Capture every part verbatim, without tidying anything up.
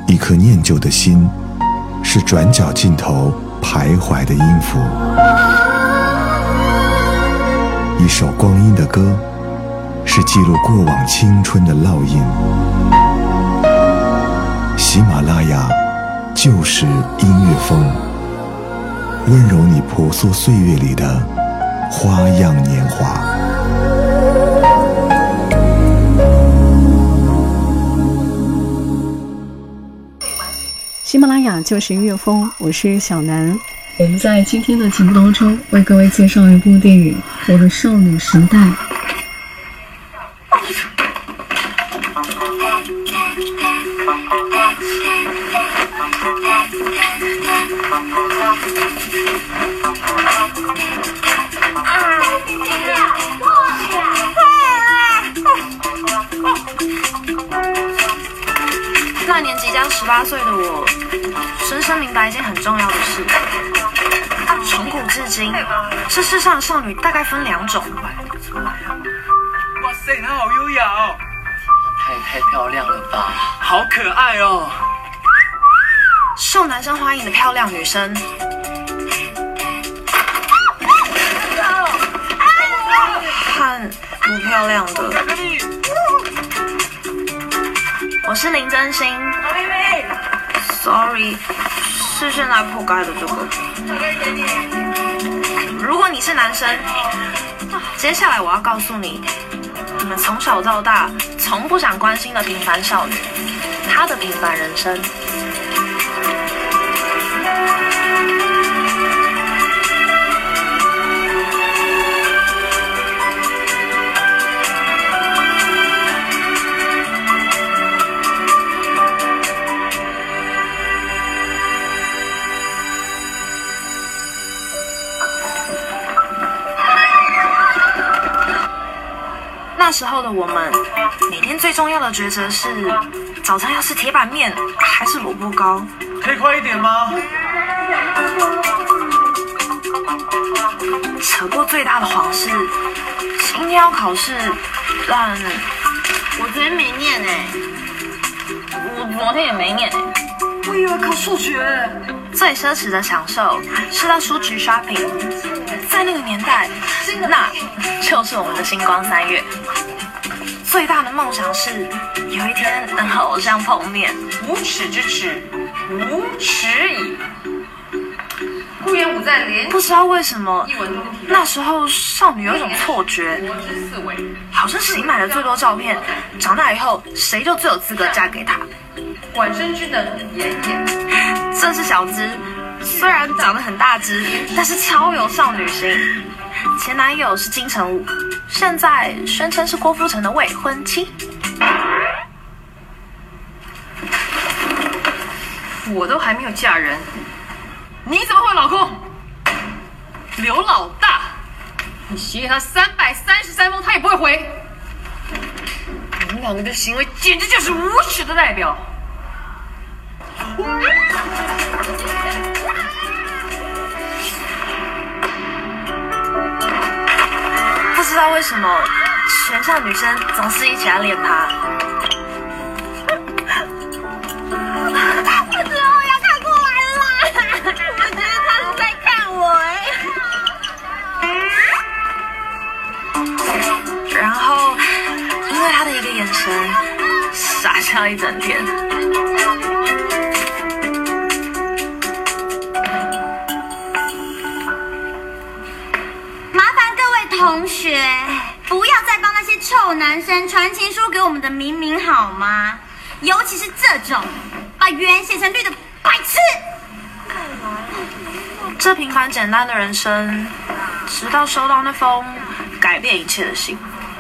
一颗念旧的心，是转角尽头徘徊的音符。一首光阴的歌，是记录过往青春的烙印。喜马拉雅就是音乐风，温柔你婆娑岁月里的花样年华。 喜马拉雅就是音乐风，我是小南。我们在今天的节目当中为各位介绍一部电影《我的少女时代》。 那年即将十八岁的我，深深明白一件很重要的事：从古至今，这世上的少女大概分两种。 哇塞，她好优雅哦！ 太太漂亮了吧， 好可爱哦！ 受男生欢迎的漂亮女生，和不漂亮的。我是林真心。Sorry， 是现在破盖的这个。如果你是男生，接下来我要告诉你，你们从小到大从不想关心的平凡少女，她的平凡人生。那时候的我们，每天最重要的抉择是：早餐要吃铁板面还是萝卜糕？ 可以快一点吗？ 扯过最大的谎是，今天要考试，但我昨天没念哎、欸，我昨天也没念哎、欸， 我以为考数学。 最奢侈的享受是到书局 shopping， 在那个年代，那就是我们的星光三月。最大的梦想是有一天能和偶像碰面。 无耻之耻，无耻矣。顾炎武在连不知道为什么，那时候少女有一种错觉，好像谁买的最多照片，长大以后谁就最有资格嫁给他。 管生之能演演， 这是小资，虽然长得很大只，但是超有少女心。前男友是金城武，现在宣称是郭富城的未婚妻。 我都还没有嫁人，你怎么会有老公？刘老大，你写给他三百三十三封，他也不会回。你们两个的行为简直就是无耻的代表。 不知道为什么，全校女生总是一起来恋他。 我之后要看过来了，我觉得他是在看我哎。 然后，因为他的一个眼神，傻笑一整天。 同学，不要再帮那些臭男生传情书给我们的明明好吗？尤其是这种把圆写成绿的白痴。 这平凡简单的人生，直到收到那封改变一切的信。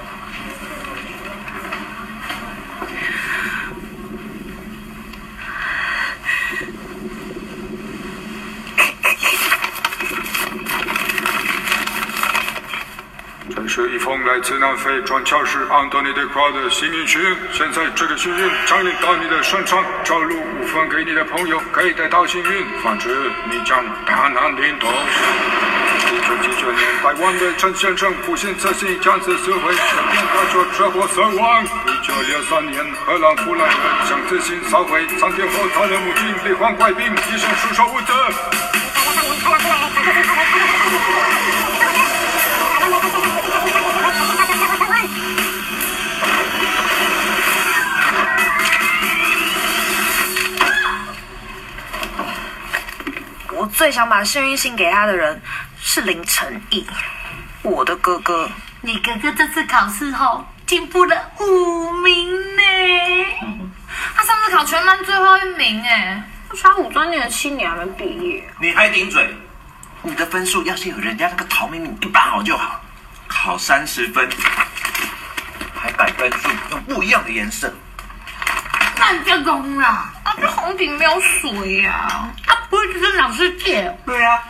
这是一封来自南非转教士安东尼·德夸的幸运信。现在这个幸运降临到你的身上，照路五分给你的朋友，可以得到幸运，反之你将大难临头。一九七九年，台湾的陈先生不幸测试将自死毁，这边他说车祸身亡。一九九六三年，荷兰弗兰人将自行烧毁，三天后他的母亲罹患怪病，医生束手无策。 我最想把幸运星给他的人是林承义，我的哥哥。 你哥哥这次考试后进步了五名呢。 他上次考全班最后一名哎，差五专念了七年还没毕业。 你还顶嘴？你的分数要是有人家那个陶明明一半好就好，考三十分，还摆分数用不一样的颜色。 那你就红了。 啊，这红笔没有水呀、啊，他不会去跟老师借。 对啊。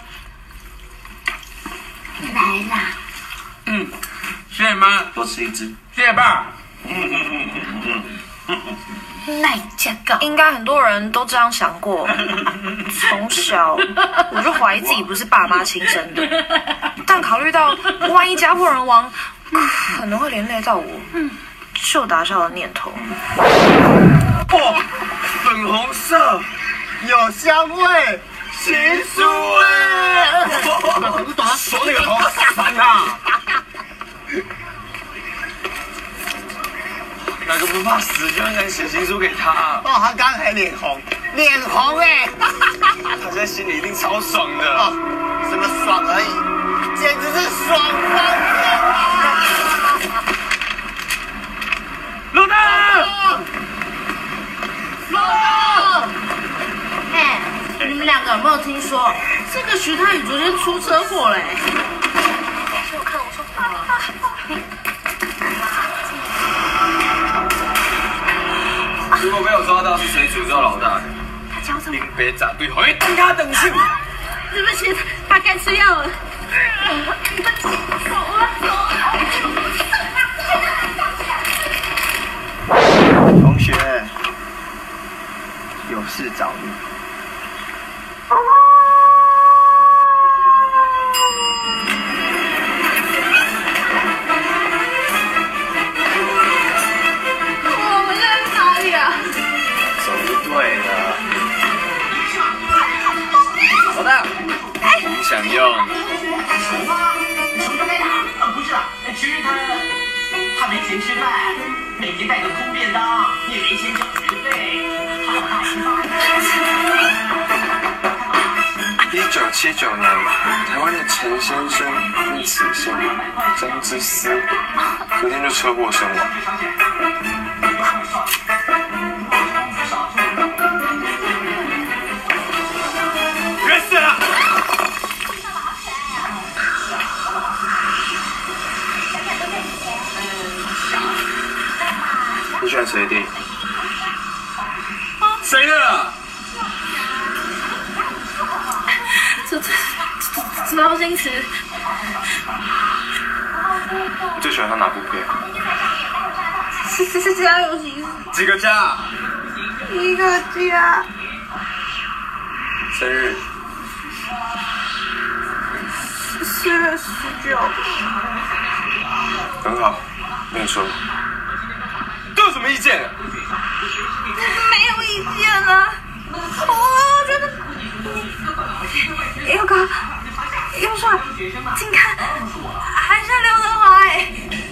来啦。 嗯，谢谢妈， 多吃一只。 谢谢爸。 嗯嗯嗯嗯嗯嗯。 那这个应该很多人都这样想过。从小我就怀疑自己不是爸妈亲生的，但考虑到万一家破人亡，可能会连累到我，就打消了念头。 哦，粉红色，有香味，情书哎！说那个好烦啊！哪个不怕死就应该写情书给他？哦，他刚才脸红，脸红哎！他现在心里一定超爽的。哦，什么爽而已，简直是爽翻天！老大，老大！ 哎，你们两个有没有听说这个徐太宇昨天出车祸嘞？ 我看我说。 如果被我抓到是谁诅咒老大的？ 他教什么？ 林北长对回等他等性。 对不起，他该吃药了。你们走了，走了。 同学，有事找你。 我们在哪里啊？ 走就对了。老大，你想用？ 什么都该打？呃，不是啊，其实他他没钱吃饭，每天带个空便当，也没钱缴学费。 一九七九年，台湾的陈先生因此姓曾之思，隔天就车祸身亡。 人死了！ 你喜欢谁的电影？ 谁的？ 这这这周星驰。 你最喜欢他哪部片？ 是是是家有喜事。 几个家？ 一个家。 生日？ 四月十九。 很好，没有错。 都有什么意见？ 没有意见啊。我觉得又高又帅，近看还像刘德华哎。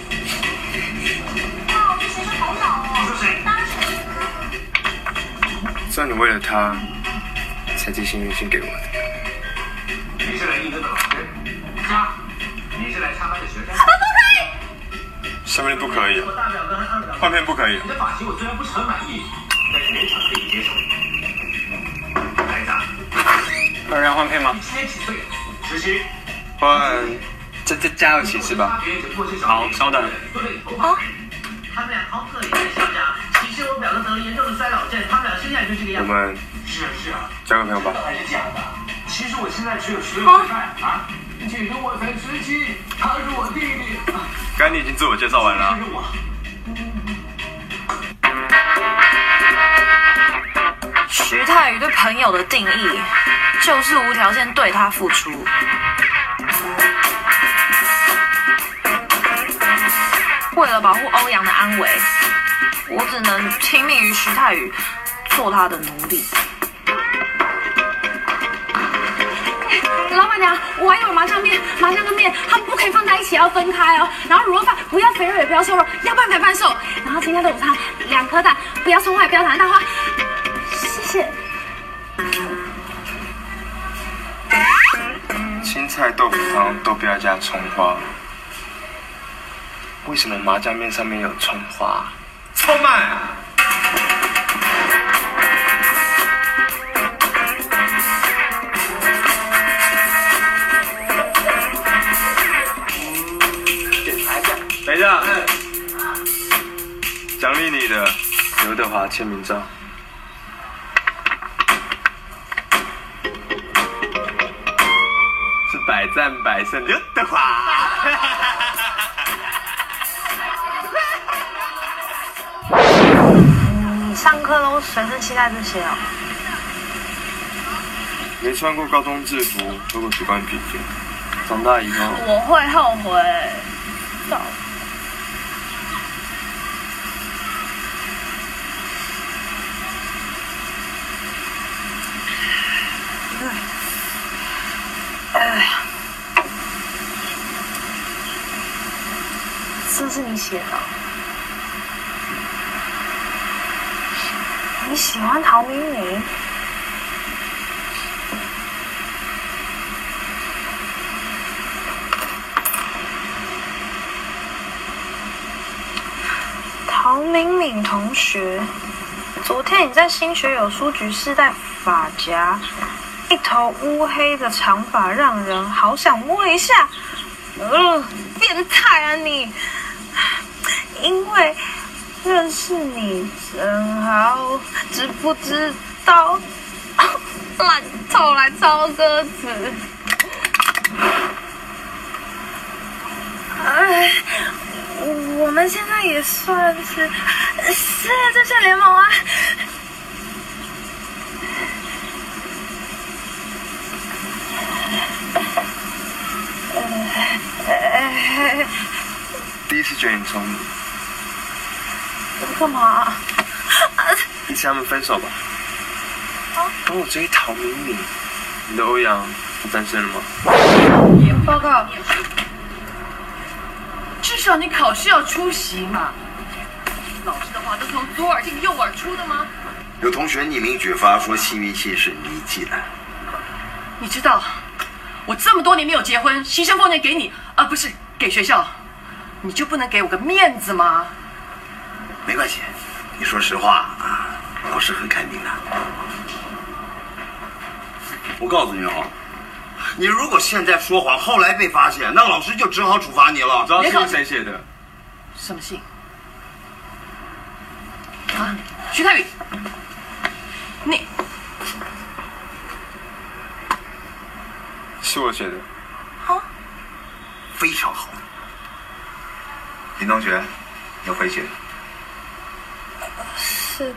知道你为了他才寄幸运星给我的。 你是来应征的老师，家，你是来插班的学生。 不可以。 上面不可以，换片不可以。 你的发型我虽然不是很满意，但是勉强可以接受。孩子， 有人要换片吗？ 今年几岁？实习。 换这这家有喜事吧？好，稍等。 哦。 他们俩好可怜的校长。其实我表哥得了严重的衰老症，他们俩生下来就这个样子。 我们是啊是啊。 交个朋友吧。 还是假的？其实我现在只有十六岁半啊，姐姐我才十七，他是我弟弟。 刚才你已经自我介绍完了。 徐太宇对朋友的定义，就是无条件对他付出。为了保护欧阳的安危， 我只能听命于徐太宇，做他的奴隶。 老板娘，我还有麻酱面，麻酱跟面它们不可以放在一起，要分开哦。然后卤肉饭不要肥肉也不要瘦肉，要半肥半瘦。然后今天的午餐两颗蛋，不要葱花也不要糖蛋花。谢谢。 青菜豆腐汤都不要加葱花。为什么麻酱面上面有葱花？ 超慢！ 等一下，奖励你的刘德华签名照。是百战百胜刘德华。 你上课都随身携带这些哦？ 没穿过高中制服，喝过几罐啤酒，长大以后我会后悔。到。哎，这是你写的？你喜欢陶明明？陶明敏同学，昨天你在新学友书局是戴发夹，一头乌黑的长发，让人好想摸一下。呃，变态啊你！因为认识你真好，知不知道？烂透来抄歌词。哎。我们现在也算是事业阵线联盟啊。 第一次觉得你聪明。 干嘛？ 一次他们分手吧。跟我追陶明敏，你的欧阳不单身了吗？ 报告。至少你考试要出席嘛。老师的话都从左耳进右耳出的吗？ 有同学匿名举发说幸运器是你寄的。 你知道，我这么多年没有结婚，牺牲奉献给你，啊不是给学校，你就不能给我个面子吗？ 没关系，你说实话啊，老师很肯定的。我告诉你哦。你如果现在说谎，后来被发现，那老师就只好处罚你了。 知道信谁写的？ 什么信？啊，徐太宇，你是我写的。 好，非常好。林同学，要回去。 是。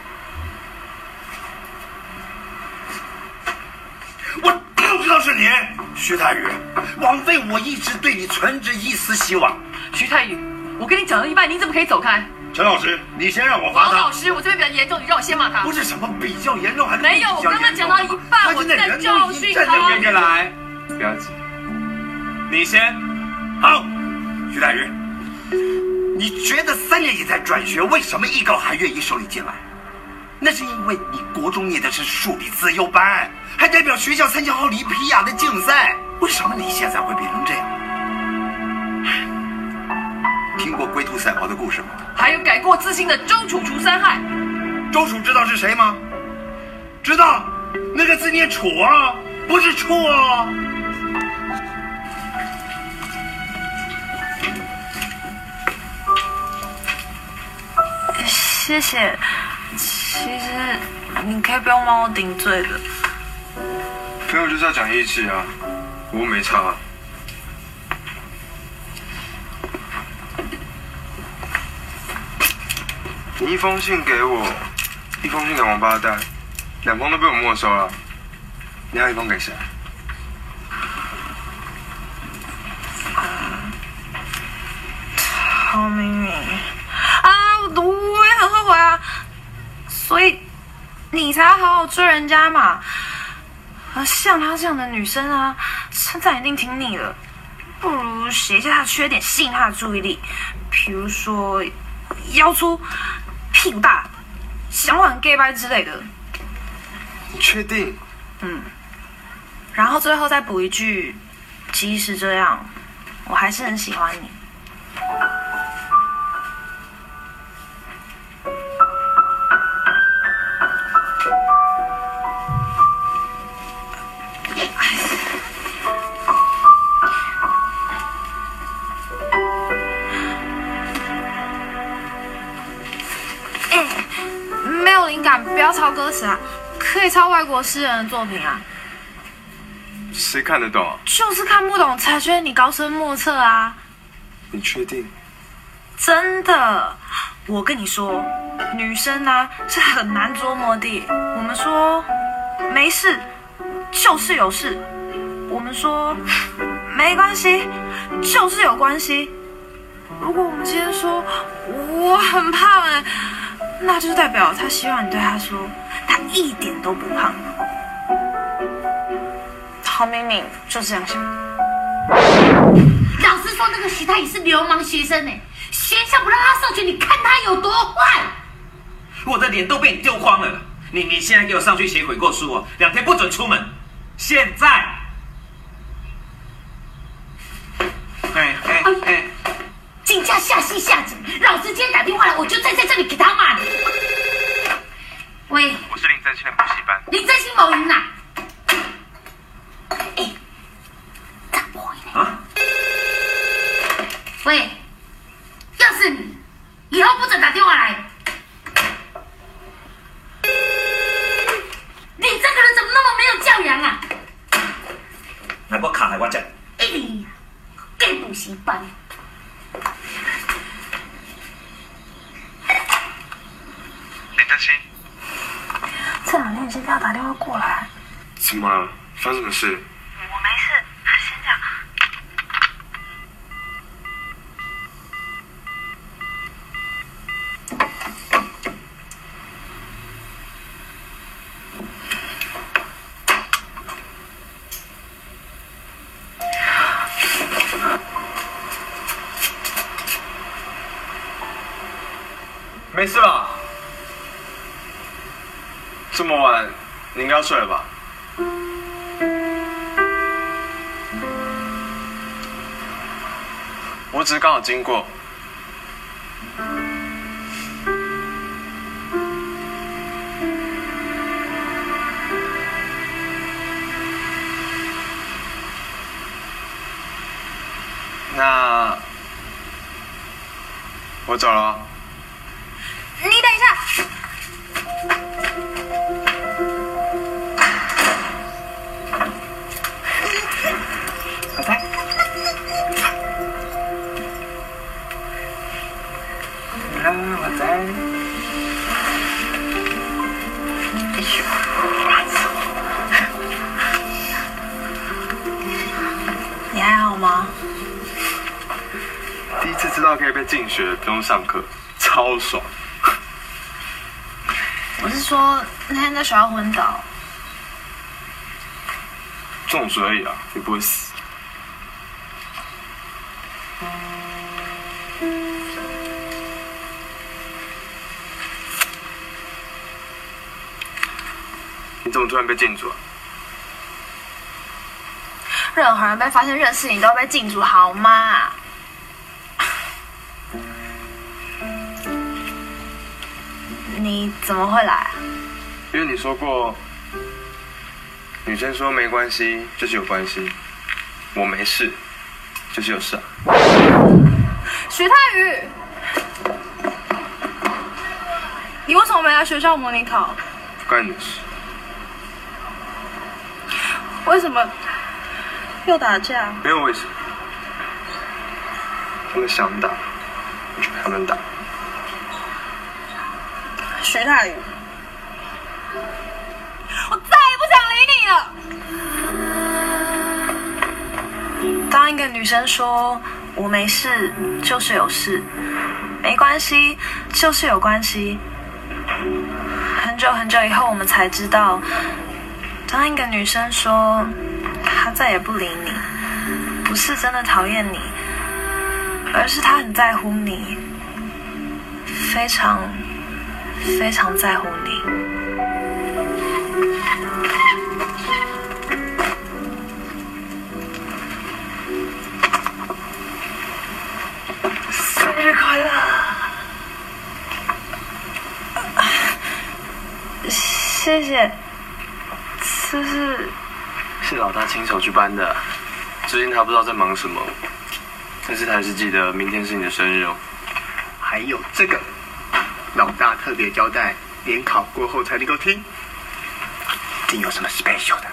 我就知道是你，徐太宇，枉费我一直对你存着一丝希望。 徐太宇，我跟你讲到一半，你怎么可以走开？ 陈老师，你先让我罚他。 王老师，我这边比较严重，你让我先骂他。 不是什么比较严重，还是没有，我刚刚讲到一半，我在教训他。 跟着来，不要急。你先。 好，徐太宇，你觉得三年级才转学，为什么艺高还愿意收你进来？那是因为你国中念的是数理自优班，还代表学校参加奥林匹亚的竞赛。为什么你现在会变成这样？听过龟兔赛跑的故事吗？ 还有改过自新的周楚除三害。 周楚知道是谁吗？知道，那个字念楚啊，不是处啊。 谢谢。其实你可以不用帮我顶罪的。 朋友就是要讲义气啊，我没差啊。你一封信给我，一封信给王八蛋，两封都被我没收了。你还有一封给谁？ 陶明明啊，我我也很回啊，所以你才要好好追人家嘛。而像她这样的女生啊，称赞一定挺腻了，不如写一下她的缺点，吸引她的注意力，比如说腰粗、屁股大、想法很 gay 掰之类的。 你确定？ 嗯。然后最后再补一句，即使这样，我还是很喜欢你。哎，没有灵感，不要抄歌词啊，可以抄外国诗人的作品啊。 谁看得懂啊？ 就是看不懂才觉得你高深莫测啊！ 你确定？ 真的，我跟你说，女生啊是很难捉摸的。我们说没事，就是有事；我们说没关系，就是有关系。如果我们今天说我很胖哎，那就代表他希望你对他说他一点都不胖。陶明明就这样想。 老师说那个徐太乙是流氓学生呢，学校不让他上学，你看他有多坏！ 我的脸都被你丢光了，你你现在给我上去写悔过书哦，两天不准出门，现在！哎哎哎！ 金家下戏下井，老师今天打电话来，我就站在这里给他骂你。喂， 我是林真心的补习班。 林真心某云呐。哎，咋不回来？啊？喂，要是你，以后不准打电话来。你这个人怎么那么没有教养啊？ 来，我卡来，我讲。 哎呀，给补习班。 林真心， 这两天你先不要打电话过来。 怎么了？发生什么事？ 我没事，先这样。 没事吧？这么晚，你应该要睡了吧？我只是刚好经过。那我走了。 你等一下。 拜拜。啊，我在。 你还好吗？ 第一次知道可以被禁学，不用上课，超爽。 我是说那天在学校昏倒， 中暑而已啊，也不会死。你怎么突然被禁足啊？ 任何人被发现认识你都被禁足，好吗？你怎么会来？ 因为你说过，女生说没关系就是有关系，我没事就是有事啊。 徐太宇，你为什么没来学校模拟考？ 不关你的事。 为什么又打架？ 没有为什么，他们想打，我就陪他们打。 徐太宇，我再也不想理你了。当一个女生说我没事就是有事，没关系就是有关系， 很久很久以后，我们才知道，当一个女生说她再也不理你，不是真的讨厌你，而是她很在乎你，非常非常在乎你。生日快乐！谢谢，这是是老大亲手去搬的。最近他不知道在忙什么，但是他还是记得明天是你的生日哦。 还有这个，老大特别交代，联考过后才能够听，一定有什么 special 的。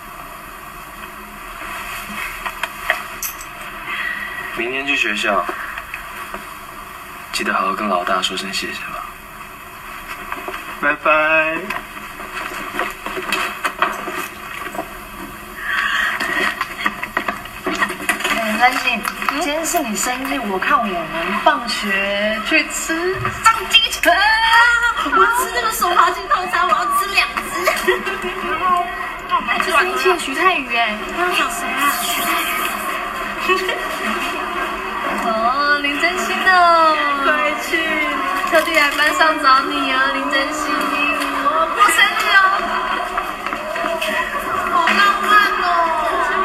明天去学校，记得好好跟老大说声谢谢吧。 拜拜。 三星，今天是你生日，我看我们放学去吃上鸡腿。 我要吃那个手扒鸡套餐，我要吃两只。 然后，哎，这是一期的徐太宇哎，他要找谁啊？徐太宇。哦，林真心哦，快去，特地来班上找你啊，林真心，我过生日哦，好浪漫哦。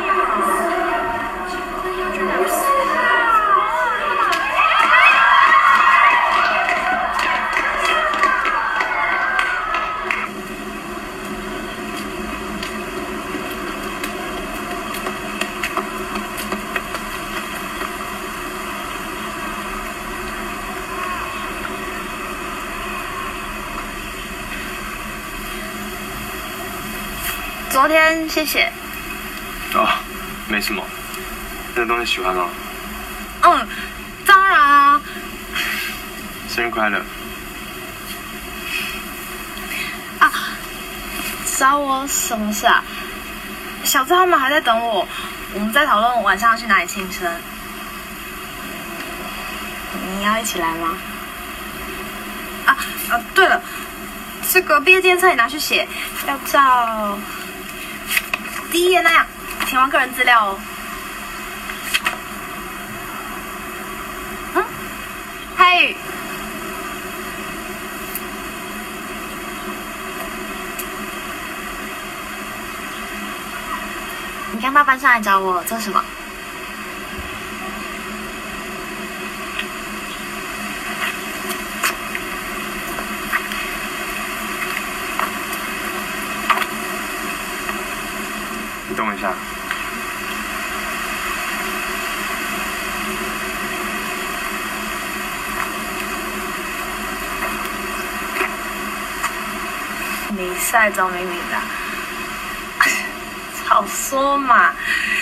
昨天谢谢。 哦，没什么。那东西喜欢吗？ 嗯，当然啊。 生日快乐！ 啊，找我什么事啊？小智他们还在等我，我们在讨论晚上要去哪里庆生。你要一起来吗？啊啊，对了，这个毕业纪念册你拿去写，要照第一页那样填完个人资料哦。嗯，嗨。你刚到班上来找我做什么？ 你等我一下。 你是来找明明的？好说嘛。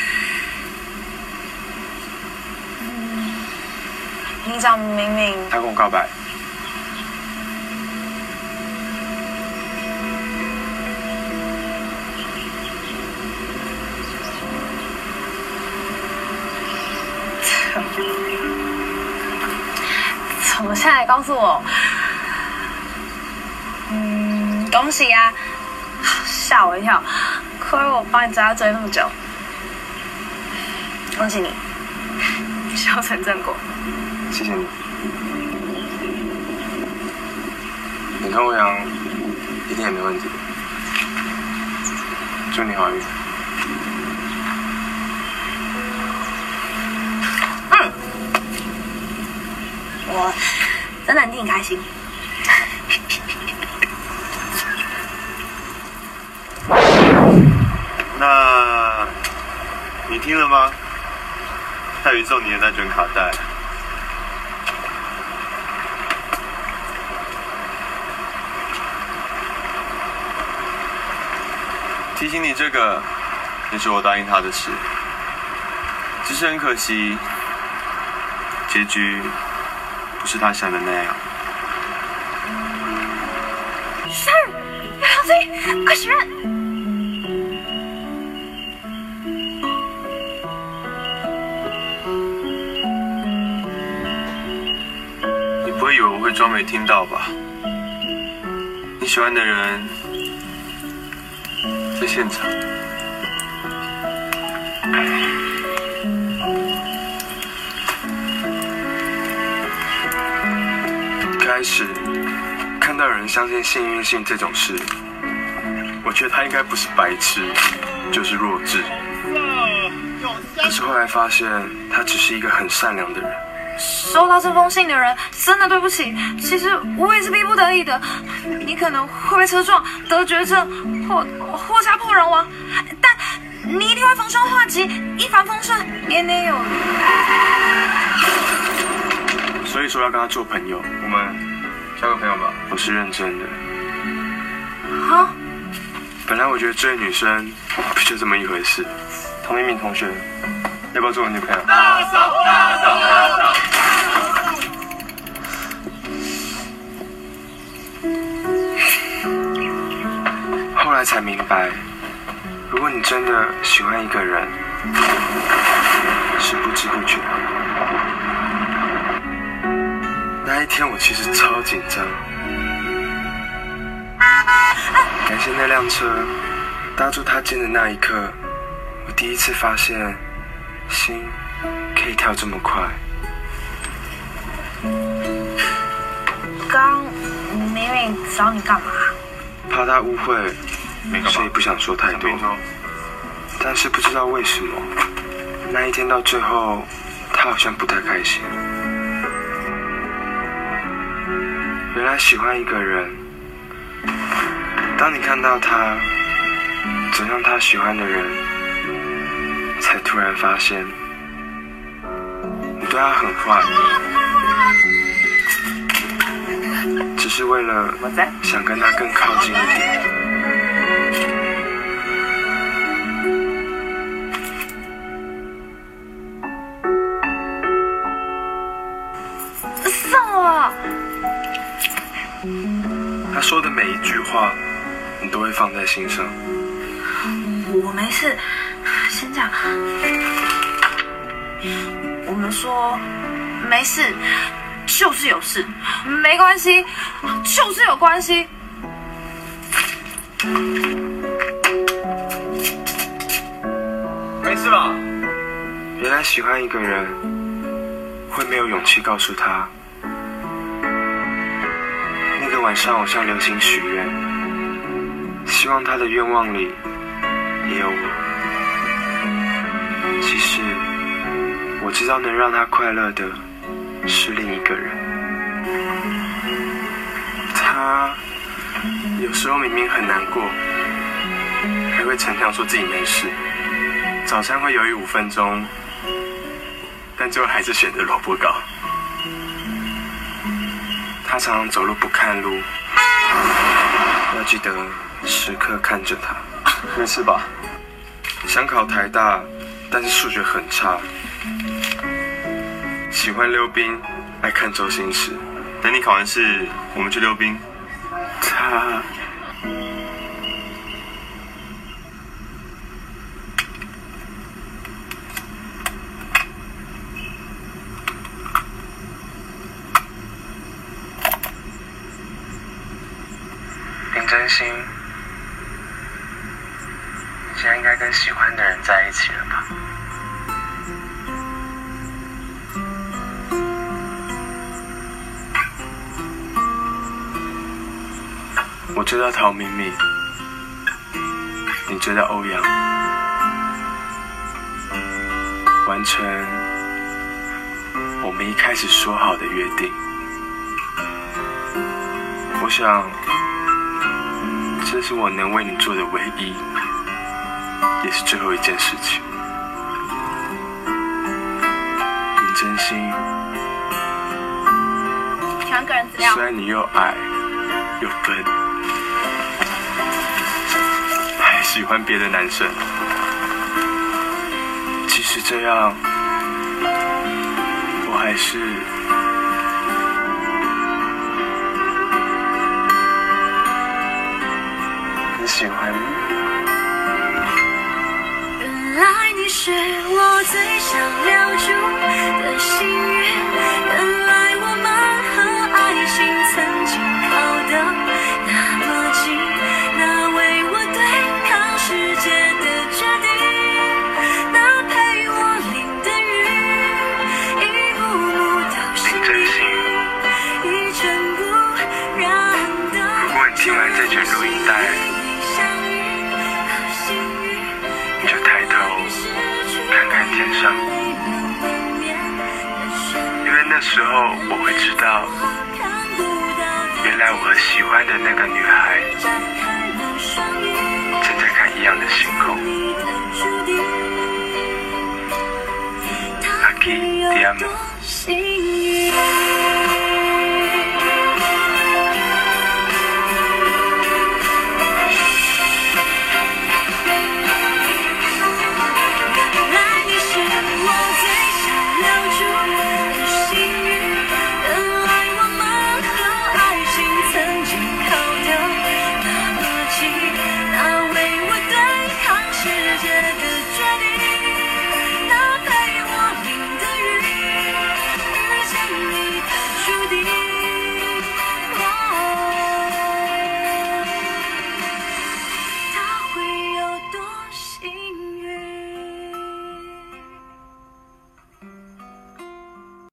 嗯，你找明明？ 他跟我告白。 怎么现在告诉我？嗯，恭喜呀、啊！吓我一跳，亏我帮你追他追那么久。恭喜你，修成正果。 谢谢你。你看欧阳一定也没问题。祝你好运。 嗯，我真的很替你开心。 那你听了吗？泰宇送你的那卷卡带。提醒你，这个也是我答应他的事，只是很可惜，结局不是他想的那样。 Sir， 杨小姐，快许愿！ 你不会以为我会装没听到吧？你你喜欢的人在现场。开始看到有人相信幸运性这种事，我觉得他应该不是白痴，就是弱智。可是后来发现，他只是一个很善良的人。 收到这封信的人真的对不起，其实我也是逼不得已的。你可能会被车撞、得绝症或或家破人亡，但你一定会逢凶化吉，一帆风顺，年年有余。 所以说要跟他做朋友，我们交个朋友吧。我是认真的。 好。 本来我觉得追女生不就这么一回事。唐明明同学，要不要做我女朋友？大手大手大手！后来才明白，如果你真的喜欢一个人，是不知不觉。那一天我其实超紧张，感谢那辆车，搭住他肩的那一刻，我第一次发现心可以跳这么快。 刚明明找你干嘛？ 怕他误会，所以不想说太多。但是不知道为什么，那一天到最后，他好像不太开心。原来喜欢一个人，当你看到他走向他喜欢的人，才突然发现，你对他很坏，只是为了想跟他更靠近一点。 送我。 他说的每一句话，你都会放在心上。 我没事，先讲。我们说没事，就是有事；没关系，就是有关系。 没事吧？原来喜欢一个人，会没有勇气告诉他。那个晚上，我向流星许愿，希望他的愿望里也有我。其实我知道能让他快乐的是另一个人。他有时候明明很难过，还会逞强说自己没事。早餐会犹豫五分钟，但最后还是选择萝卜糕。他常常走路不看路，要记得时刻看着他。没事吧？想考台大，但是数学很差。喜欢溜冰，爱看周星驰。等你考完试，我们去溜冰。他林真心，你现在应该跟喜欢的人在一起了吧？我追到陶明明，你追到欧阳，完成我们一开始说好的约定。我想，这是我能为你做的唯一，也是最后一件事情。你真心， 传个人资料。 虽然你又矮又笨，还喜欢别的男生，即使这样，我还是很喜欢你。 原来你是我最想留住的心愿，原来我们和爱情曾经靠得那么待，就抬头看看天上，因为那时候我会知道，原来我和喜欢的那个女孩正在看一样的星空。Aquí te amo。